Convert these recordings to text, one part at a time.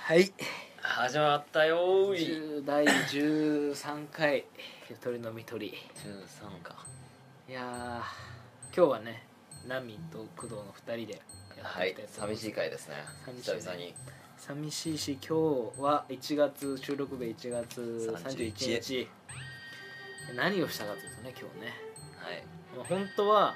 はい、 始まったよーい。 第13回鳥のみ鳥。 13か。 いやー、今日はねナミと工藤の2人でやはい、 っていきたいと思います。 寂しい回ですね。 寂しいね久々に。 寂しいし、今日は1月収録日1月31日。何をしたかというとね、今日ね、 はい。 本当は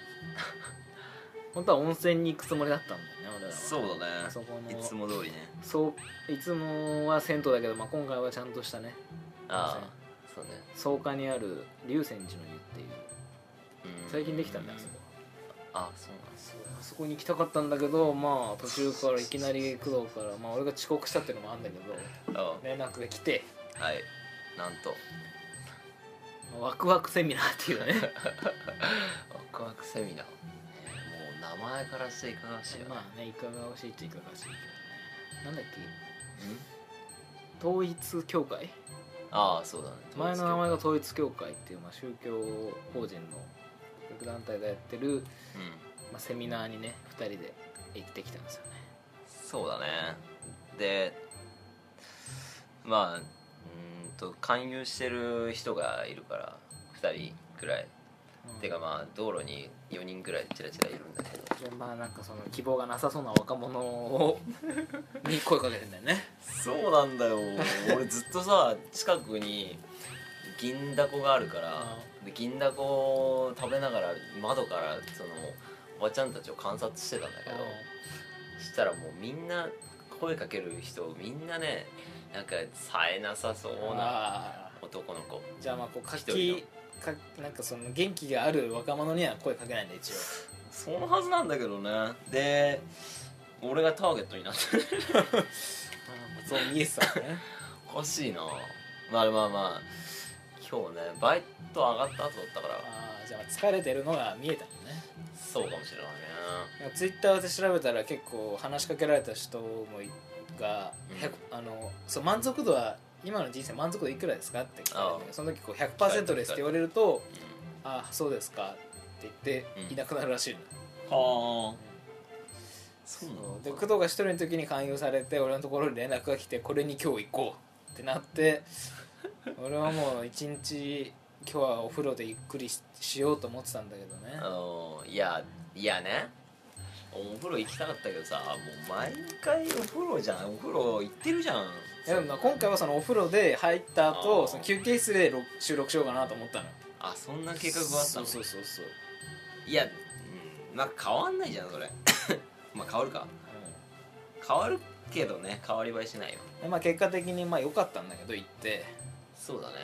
温泉に行くつもりだったんだよね、俺らは。 そうだね。 そこのいつも通りね。 そういつもは銭湯だけど、今回はちゃんとしたね、 ああ、そうね。 草加にある龍泉寺の湯っていう、最近できたんだよ、そこ。 あ、そうなんですよ。 あそこに行きたかったんだけど、まあ途中からいきなり工藤から、まあ俺が遅刻したっていうのもあるんだけど、連絡が来て、 はい。なんと。 ワクワクセミナーっていうねワクワクセミナー。もう名前からしていかがわしいよね。 まあね、いかがわしいっちゃいかがわしいけどね。なんだっけ、統一教会。 ああ、そうだね。 前の名前が統一教会っていう、まあ、宗教法人の教育団体がやってる、まあ、セミナーにね2人で行ってきたんですよね。 そうだね。で、まあ勧誘してる人がいるから2人くらい、てかまあ道路に4人くらいチラチラいるんだけど、 でまあなんかその希望がなさそうな若者をに声かけてんだよね。 そうなんだよ。俺ずっとさ、近くに銀だこがあるから、で銀だこを食べながら窓からそのおばちゃんたちを観察してたんだけど、そしたらもうみんな声かける人みんなね、なんか冴えなさそうな男の子。 じゃあまあこうなんかその元気がある若者には声かけないんだ一応。 そのはずなんだけどね。で俺がターゲットになってるそう見えてたね。 おかしいな。まあまあまあ今日ねバイト上がった後だったから、 じゃあ疲れてるのが見えたのね。 そうかもしれないね。 ツイッターで調べたら結構話しかけられた人がそう満足度は今の人生満足度いくらですかって聞かれて、その時こう 100% ですって言われると、あそうですかって言っていなくなるらしいの。 はあ、 そうで工藤が一人の時に勧誘されて、俺のところに連絡が来て、これに今日行こうってなって俺はもう一日今日はお風呂でゆっくり しようと思ってたんだけどね。 いやね、お風呂行きたかったけどさ、もう毎回お風呂じゃん。お風呂行ってるじゃん。 いやでも今回はそのお風呂で入った後、その休憩室で収録しようかなと思ったの。 あ、そんな計画があったの。 そういや、まあ変わんないじゃんそれまあ変わるか、変わるけどね、変わり映えしないよ。 でまあ結果的にまあ良かったんだけど行って。 そうだね。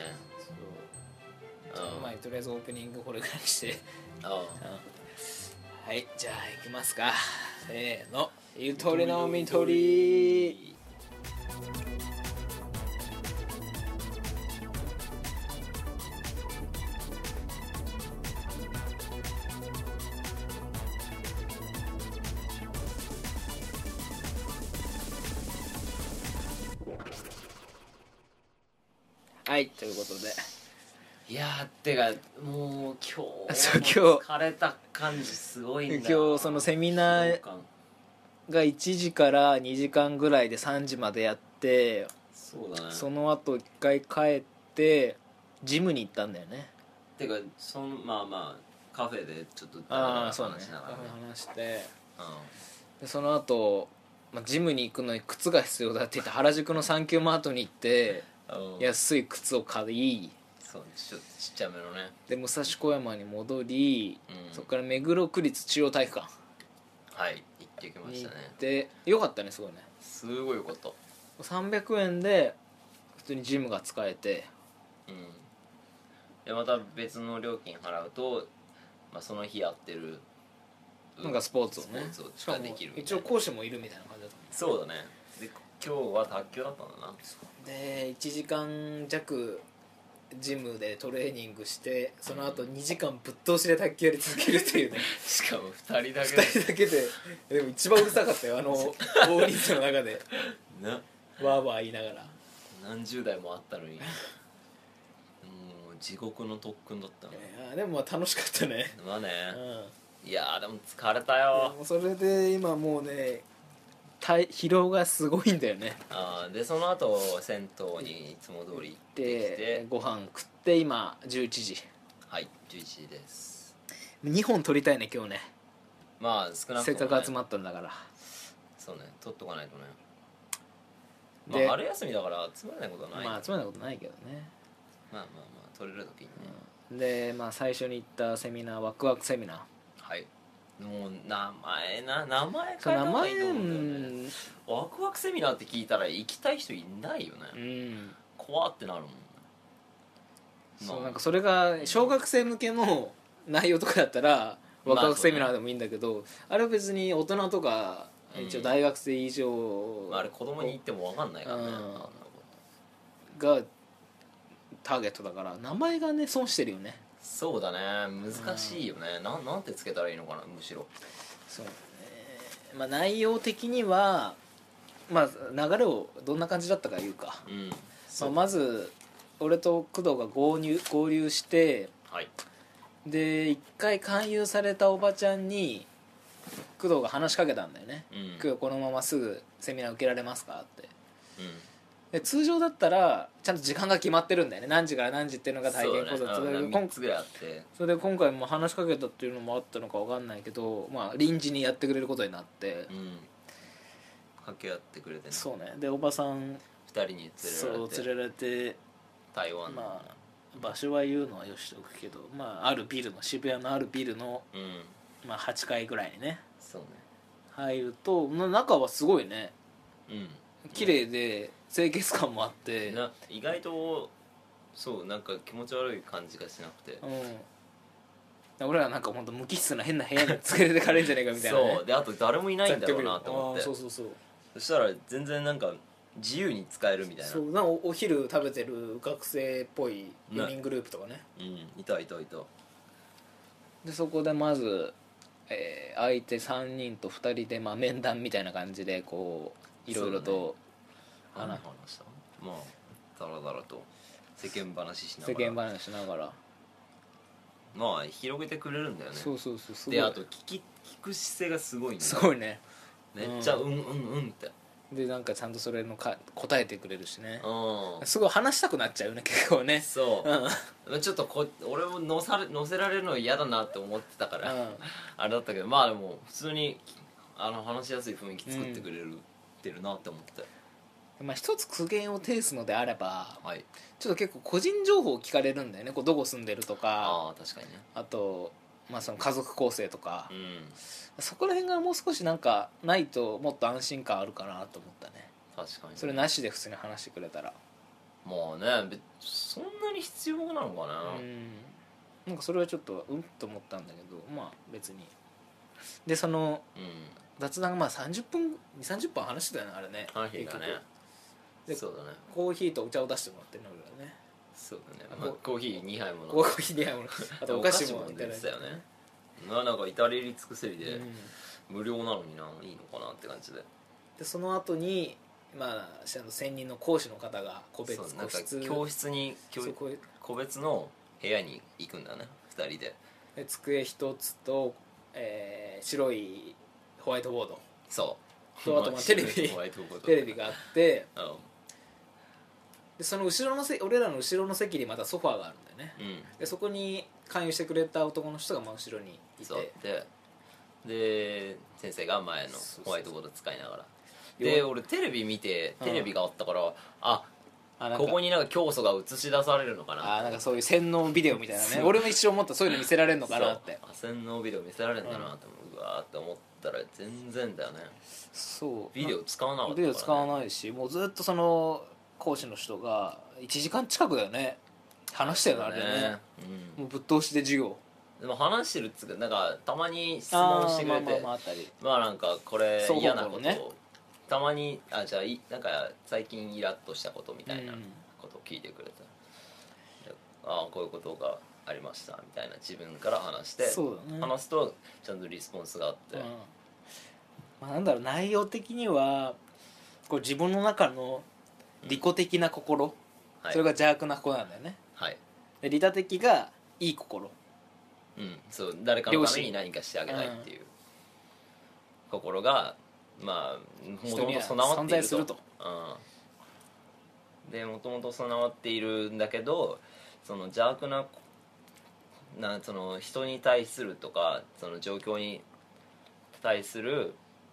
まあとりあえずオープニングこれぐらいにしてはい、じゃあ行きますか。せーの、ゆとりのみとり。はい、ということで、 いやーってかもう今日疲れた感じすごいんだよ。 今日そのセミナーが1時から2時間ぐらいで3時までやって、 そうだね。 その後一回帰ってジムに行ったんだよね。 てかまあまあカフェでちょっと話しながら、話して、でその後、ジムに行くのに靴が必要だって言って原宿のサンキューマートに行って安い靴を買い、 そうちょっとちっちゃめのね。 で武蔵小山に戻り、そこから目黒区立中央体育館、 はい行ってきましたね。 でよかったね、すごいね。 すごいよかった。 300円で普通にジムが使えて、 でまた別の料金払うと、その日やってるなんかスポーツをね、 しかできるみたいな。 一応講師もいるみたいな感じだった。 そうだね。で今日は卓球だったんだな。 で1時間弱ジムでトレーニングして、その後2時間ぶっ通しで卓球やり続けるっていうねしかも2人だけ 2人だけでも一番うるさかったよ、大人数の中でな、 わーわー言いながら。 何十代もあったのにもう地獄の特訓だったの。 でも楽しかったね。 いやでも疲れたよ。 それで今もうね疲労がすごいんだよね。 でその後銭湯にいつも通り行ってきでて、 ご飯食って今11時。 はい11時です。 2本撮りたいね今日ね。 まあ少なくせっとも、ね、 かく集まったんだから。 そうね取っとかないとね。 でまあ春休みだから集まらないことはない、 まあ集まることないけどね。 まあ取れる時にね、 でまあ最初に言ったセミナーワクワクセミナー。 はいもう名前変えそうた方がいいと名前思うんだよね。ワクワクセミナーって聞いたら行きたい人いないよね、怖ってなるもんね。 そうなんかそれが小学生向けの内容とかだったらワクワクセミナーでもいいんだけど、あれは別に大人とか一応大学生以上、 あれ子供に言っても分かんないからね、 がターゲットだから名前がね損してるよね。 そうだね難しいよね、なんてつけたらいいのかなむしろ。 そうね、まあ内容的にはまあ流れをどんな感じだったか言うか、まず俺と工藤が合流して、 はい、 で一回勧誘されたおばちゃんに工藤が話しかけたんだよね、工藤このまますぐセミナー受けられますかって、で通常だったらちゃんと時間が決まってるんだよね、何時から何時っていうのが体験講座、 そうだね、3つぐらいあって、 それで今回も話しかけたっていうのもあったのか分かんないけど、まあ臨時にやってくれることになって、 掛け合ってくれてね。 そうね、でおばさん 2人に連れられて台湾の、 まあ場所は言うのはよしとくけど、まああるビルの渋谷のあるビルの、まあ8階ぐらいにねそうね入ると中はすごいね、綺麗で清潔感もあって意外とそうなんか気持ち悪い感じがしなくて、 俺らなんかほんと無機質な変な部屋に作れてかれんじゃねえかみたいな、ね、 そうであと誰もいないんだろうなと思って、 そしたら全然なんか自由に使えるみたいな。 そうなんかお昼食べてる学生っぽい4人グループとかね、 いたでそこでまず、相手3人と2人で、まあ、面談みたいな感じでこういろいろと話したまあだらだらと世間話しながらまあ広げてくれるんだよね。 そうであと聞く姿勢がすごいんだよ。 すごいね、 めっちゃってでなんかちゃんとそれの答えてくれるしね、すごい話したくなっちゃうね結構ね。 そう、ちょっと俺も乗せられるの嫌だなって思ってたから、あれだったけど、まあでも普通に話しやすい雰囲気作ってくれてるなって思って、 まあ、一つ苦言を呈すのであれば、 はい、 ちょっと結構個人情報を聞かれるんだよね、こうどこ住んでるとか、 確かにね、 あと、まあ、その家族構成とか、そこら辺がもう少しなんかないともっと安心感あるかなと思ったね。 確かに、ね、 それなしで普通に話してくれたらまあねそんなに必要なのかな、 なんかそれはちょっとと思ったんだけど、まあ別にでその、雑談がまあ20-30分話してたよねあれね。 話がねでそうだね、 コーヒーとお茶を出してもらってるの俺らね。 そうだね、まあ、コーヒー2杯もコーヒー2杯もあとお菓子もいただいてたよね。なんか至れり尽くせりで、無料なのにいいのかなって感じで、 その後にまあ専任の講師の方が個別教室に個別の部屋に行くんだね2人で。 机一つと、白いホワイトボードそうとあとまあテレビがあって、でその後ろの俺らの後ろの席にまたソファーがあるんだよね、でそこに勧誘してくれた男の人が真後ろにいて、 で先生が前のホワイトボード使いながらで俺テレビ見てテレビがあったから、ここになんか教祖が映し出されるのかな、 なんかそういう洗脳ビデオみたいなね俺も一生思った、そういうの見せられるのかなって。 洗脳ビデオ見せられるんだなってうわーって思ったら全然だよね。 そうビデオ使わなかったから、 ビデオ使わないし、もうずっとその講師の人が1時間近くだよね話したよねあれね、もうぶっ通しで授業でも話してるっつうかなんかたまに質問してくれて、まあなんかこれ嫌なことをたまにじゃあなんか最近イラッとしたことみたいなことを聞いてくれて、こういうことがありましたみたいな自分から話して、話すとちゃんとリスポンスがあって、 まあ、なんだろう内容的にはこう自分の中の利己的な心、それが邪悪な心なんだよね、で利他的がいい心、 そう誰かのために何かしてあげたいっていう心がまあもともと人には備わっていると存在すると。 でもともと備わっているんだけど、その邪悪なその人に対するとかその状況に対する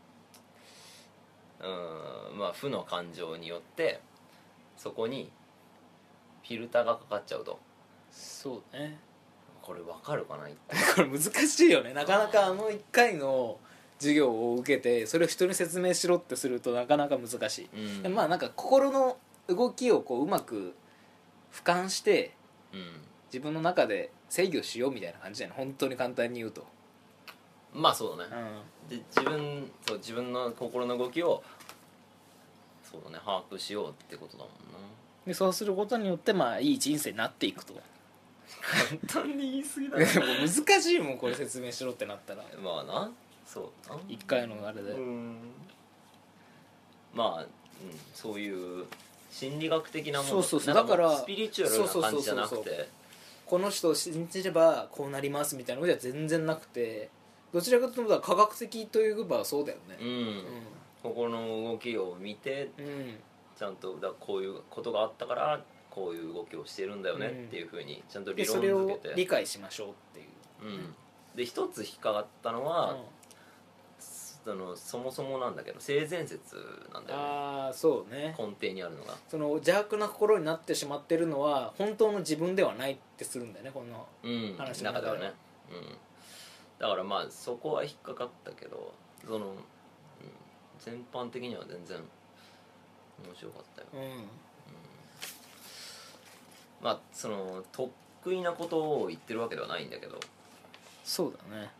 まあ負の感情によってそこにフィルターがかかっちゃうと。 そうね。 これわかるかなこれ難しいよね。なかなか1回の授業を受けてそれを人に説明しろってするとなかなか難しい、でまあなんか心の動きをこううまく俯瞰して自分の中で制御しようみたいな感じだよね、本当に簡単に言うと。 まあそうだね、で自分の心の動きをそうだね把握しようってことだもんな。 でそうすることによってまあいい人生になっていくと。 簡単に言い過ぎだでねも難しいもんこれ説明しろってなったらまあな、そうな 1回のあれで、 まあ、そういう心理学的なもの、 そうなんだからスピリチュアルな感じじゃなくて、 この人を信じればこうなりますみたいなのじゃ全然なくて、どちらかというと科学的というかそうだよね。 心の動きを見て、ちゃんとこういうことがあったからこういう動きをしてるんだよねっていうふうにちゃんと理論でづけて、 それを理解しましょうっていう、 で一つ引っかかったのは、そもそもなんだけど性善説なんだよね。 ああそうね。 根底にあるのがその邪悪な心になってしまってるのは本当の自分ではないってするんだよね、この話の中ではね。 だからまあそこは引っかかったけど、その、全般的には全然面白かったよ。まあその得意なことを言ってるわけではないんだけど、 そうだね。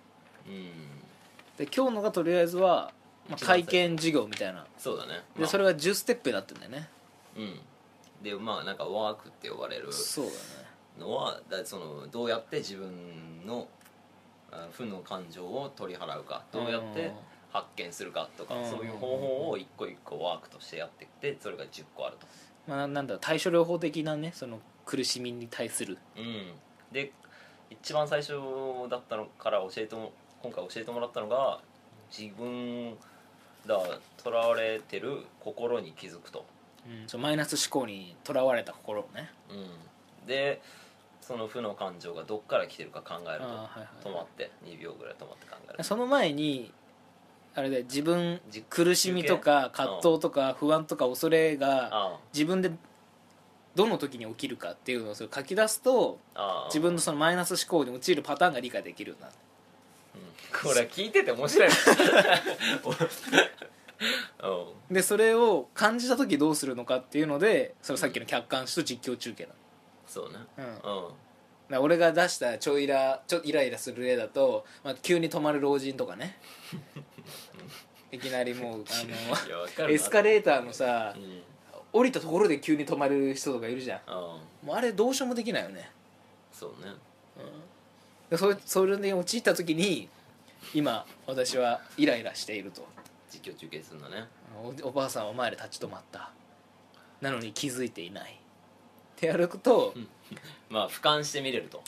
で今日のがとりあえずは、体験授業みたいな。 そうだね。 でそれが10ステップになってるんだよね。 でまあなんかワークって呼ばれるそうだねのはそのどうやって自分の負の感情を取り払うか、どうやって発見するかとか、そういう方法を一個一個ワークとしてやっていって、それが10個あると。なんだろう、対処療法的なね、その苦しみに対する。 で一番最初だったのから今回教えてもらったのが、自分がとらわれてる心に気づくと。 マイナス思考にとらわれた心をね。 でその負の感情がどっから来てるか考えると、止まって2秒ぐらい止まって考える。 その前にあれで自分苦しみとか葛藤とか不安とか恐れが自分でどの時に起きるかっていうのをそれ書き出すと、自分のそのマイナス思考に陥るパターンが理解できるようになる。 これ聞いてて面白いでそれを感じた時どうするのかっていうので、それさっきの客観視と実況中継だ。 そうね。 俺が出したちょイライラする例だと、急に止まる老人とかねいきなりもうエスカレーターのさ、降りたところで急に止まる人とかいるじゃん。もうあれどうしようもできないよね。 そうね。 それに陥った時に今私はイライラしていると。 実況中継するんだね。 おばあさんは前で立ち止まった、なのに気づいていないってやるとまあ俯瞰して見れると。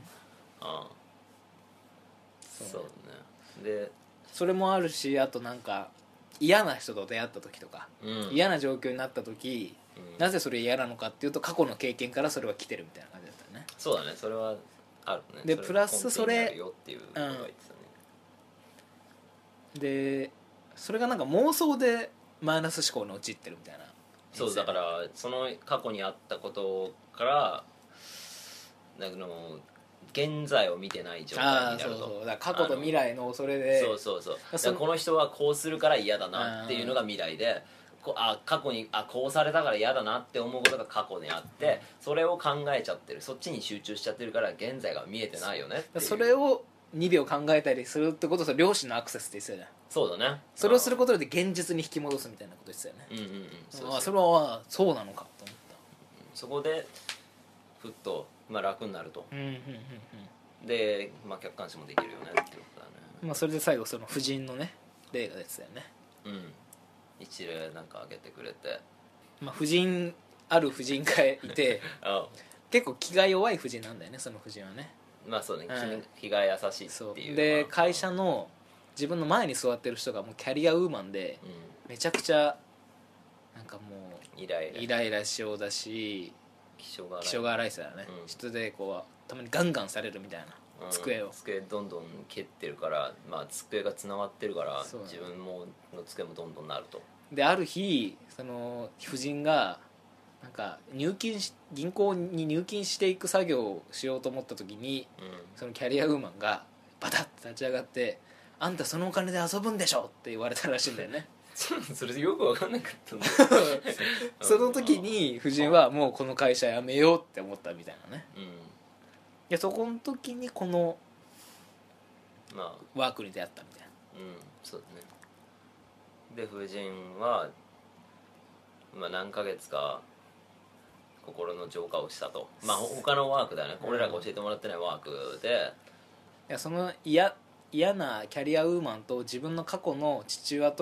そうね。でそれもあるし、あとなんか嫌な人と出会った時とか、嫌な状況になった時、なぜそれ嫌なのかっていうと過去の経験からそれは来てるみたいな感じだったね。 そうだね、それはあるね。 でプラスそれでそれがなんか妄想でマイナス思考に陥ってるみたいな。 そうだからその過去にあったことから現在を見てない状態になると。 だから過去と未来の恐れで、 だからこの人はこうするから嫌だなっていうのが未来で、過去にこうされたから嫌だなって思うことが過去にあって、それを考えちゃってる、そっちに集中しちゃってるから現在が見えてないよねっていう。 それを2秒考えたりするってことは両親のアクセスって言ってたじゃん。 そうだね。 それをすることで現実に引き戻すみたいなこと言ってたよね。それはそうなのかと思った。 そこでふっと楽になると。で客観視もできるよねっていうことだね。 それで最後その夫人のね例が出てたよね。 一例なんか挙げてくれて、 ある夫人がいて結構気が弱い夫人なんだよね、その夫人はね。 そうね、気が優しいっていう。 で会社の自分の前に座ってる人がもうキャリアウーマンでめちゃくちゃなんかもうイライラしようだし気性が荒い人だよね、人でこうたまにガンガンされるみたいな、机どんどん蹴ってるから、まあ、机がつながってるから、 そうね、 自分の机もどんどんなると。 である日その夫人がなんか銀行に入金していく作業をしようと思った時に、そのキャリアウーマンがバタッと立ち上がって「あんたそのお金で遊ぶんでしょ」って言われたらしいんだよねそれよく分かんなかったんだその時に夫人はもうこの会社辞めようって思ったみたいなね、でそこの時にこのワークに出会ったみたいな、 そうだね。で夫人は、何ヶ月か心の浄化をしたと。他のワークだよね、俺らが教えてもらってないワークで、 いやその嫌なキャリアウーマンと自分の過去の父親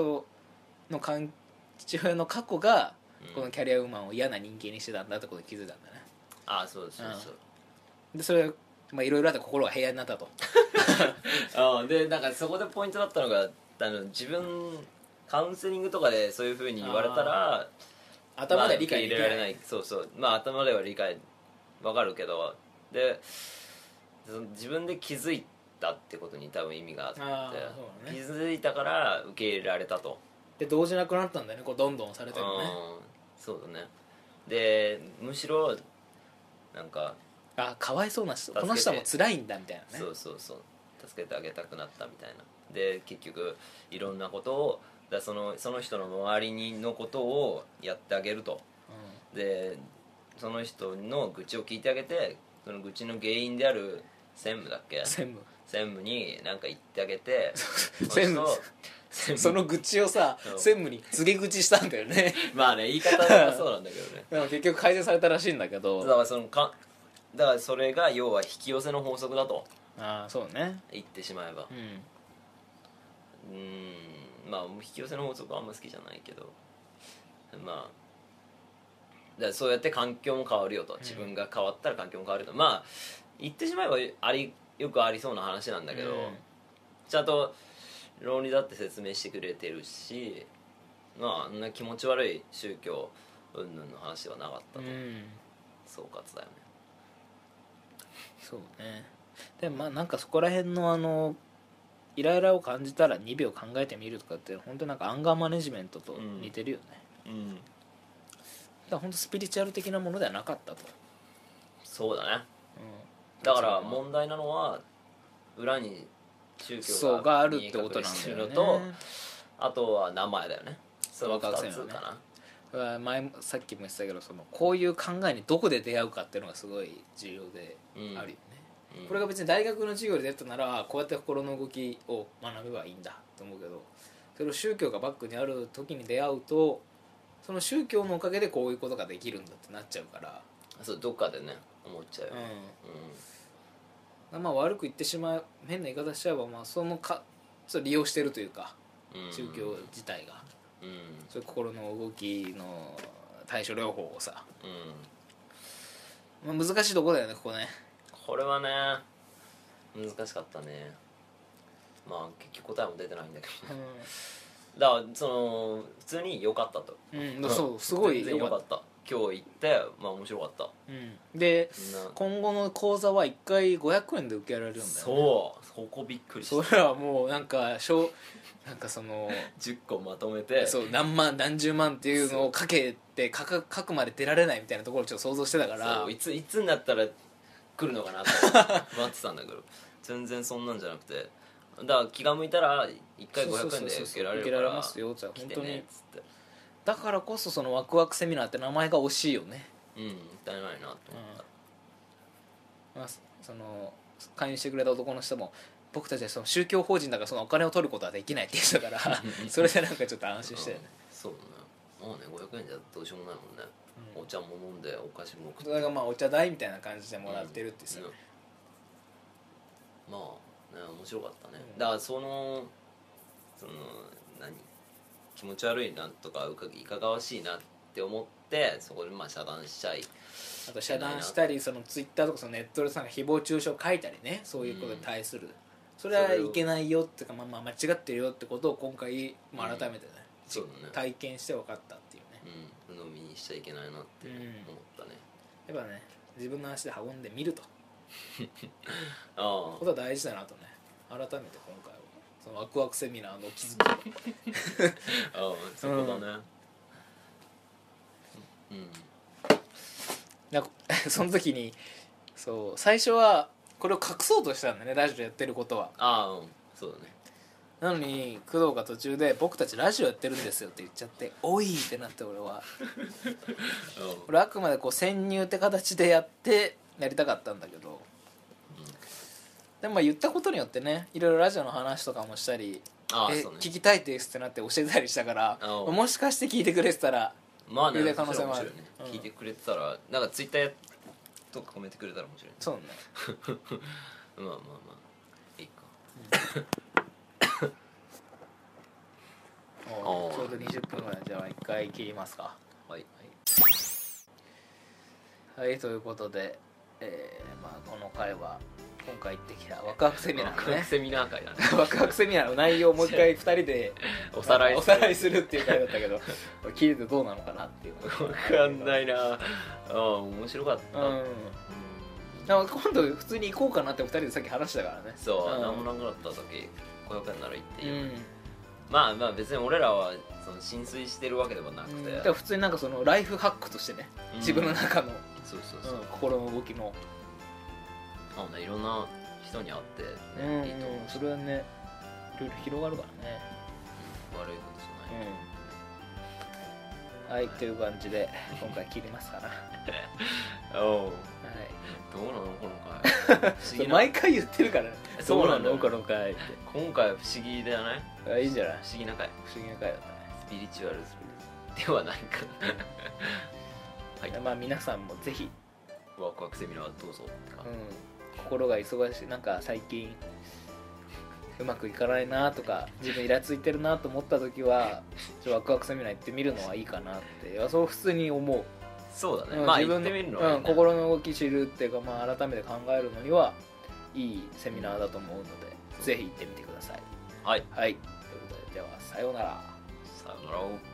の過去がこのキャリアウーマンを嫌な人間にしてたんだってことに気づいたんだね。 そうです、 でそれいろいろあって心が平安になったとでなんかそこでポイントだったのが、自分カウンセリングとかでそういう風に言われたら頭で理解できない、 入れられない。頭では理解わかるけど、で自分で気づいたってことに多分意味があって、気づいたから受け入れられたと。 で動じなくなったんだよね、こうどんどんされてもね。 そうだね。でむしろなんかかわいそうな人、この人も辛いんだみたいなね。 そう助けてあげたくなったみたいな。で結局いろんなことをその人の周りのことをやってあげると、でその人の愚痴を聞いてあげて、その愚痴の原因である専務に何か言ってあげてその愚痴をさ、専務に告げ口したんだよね言い方はそうなんだけどねでも結局改善されたらしいんだけど、 だからそれが要は引き寄せの法則だと。 そうね、 言ってしまえば、引き寄せの法則はあんま好きじゃないけど、だからそうやって環境も変わるよと、自分が変わったら環境も変わると、言ってしまえばよくありそうな話なんだけど、ちゃんと論理だって説明してくれてるし、あんな気持ち悪い宗教云々の話はなかったと、総括だよね。 そうね。でもなんかそこら辺のイライラを感じたら2秒考えてみるとかって本当になんかアンガーマネジメントと似てるよね。だから本当スピリチュアル的なものではなかったと。 そうだね、だから問題なのは裏に宗教があるってことなんだよね。 とあとは名前だよね。その 2つかな。さっきも言ってたけど、こういう考えにどこで出会うかっていうのがすごい重要であるよね。これが別に大学の授業で出たならこうやって心の動きを学べばいいんだと思うけど、それを宗教がバックにある時に出会うと、その宗教のおかげでこういうことができるんだってなっちゃうから、 どっかでね思っちゃうよ、 悪く言ってしまう、変な言い方しちゃえば、それ利用してるというか、宗教自体が、そういう心の動きの対処療法をさ、難しいとこだよね、ここね。 これはね難しかったね。結局答えも出てないんだけど、だから普通に良かったと、 そうすごい良かった。今日行って面白かった、 で今後の講座は1回500円で受けられるんだよね。 そこびっくりした。 それはもうなんか10 個まとめて何万何十万っていうのをかけて書くまで出られないみたいなところをちょっと想像してたから、 いつになったら来るのかなって待ってたんだけど全然そんなんじゃなくて、だから気が向いたら1回500円で受けられるから、 受けられますよ、じゃあ本当に、 っつって、 だからこそそのワクワクセミナーって名前が惜しいよね。 もったいないなと思った、 勧誘してくれた男の人も、僕たちはその宗教法人だからそのお金を取ることはできないって言ってたからそれでなんかちょっと安心してるね。 そうだね、500円じゃどうしようもないもんね、お茶も飲んでお菓子も食って、 それがお茶代みたいな感じでもらってるってさ、 面白かったね、だから気持ち悪いなとかいかがわしいなって思ってそこで遮断しちゃい、 あと遮断したり、そのツイッターとかそのネットで誹謗中傷書いたりね、そういうことに対する、 それはいけないよっていうか、間違ってるよってことを今回、改めてね、 そうだね、 体験して分かったっていうね。 鵜呑みにしちゃいけないなって思ったね。 やっぱね、自分の足で運んでみるとあことは大事だなとね、改めて今回はそのワクワクセミナーの気づきあそこだね。 なんかその時にそう最初はこれを隠そうとしたんだね、ラジオやってることは。 そうだね。 なのに工藤が途中で僕たちラジオやってるんですよって言っちゃって、おいってなって、俺あくまでこう潜入って形でやってやりたかったんだけど、でも言ったことによってね、いろいろラジオの話とかもしたり、 そうね、 聞きたいですってなって教えたりしたから、もしかして聞いてくれてたらまあね、 可能性もある、 ね、聞いてくれてたらなんかツイッターとかコメントくれたら面白い、ね、 そうねまあいいか、 ちょうど20分ぐらい、じゃあ1回切りますか。 はいということで、この回は今回行ってきたワクワクセミナーのね、ワクワクセミナー会だねワクワクセミナーの内容をもう一回2人でおさらいするっていう回だったけど聞いててどうなのかなっていう。 分かんないな。面白かった。 だから今度普通に行こうかなって2人でさっき話したからね。 そう、何もなくなった時500円なら行っていいよ、まあ別に俺らはその浸水してるわけではなくて、 だから普通になんかそのライフハックとしてね、自分の中のそう心の動きのいろんな人に会ってね、いいと思う。それはね、いろいろ広がるからね、 悪いことじゃない。 はい、という感じで今回切りますかなどうなのこの回不思議な毎回言ってるからね、 そうなのこの回って。 今回は不思議じゃない？ いいんじゃない？ 不思議な回、 不思議な回だったね。 スピリチュアルではないかはい、皆さんもぜひワクワクセミナーどうぞってか、 心が忙しい、なんか最近うまくいかないなとか自分イラついてるなと思った時はワクワクセミナー行ってみるのはいいかなって、そう普通に思う。 そうだね、 自分行ってみるのは、 心の動き知るっていうか、改めて考えるのにはいいセミナーだと思うので、ぜひ行ってみてください。 はい、 ということで、ではさようなら。 さようなら。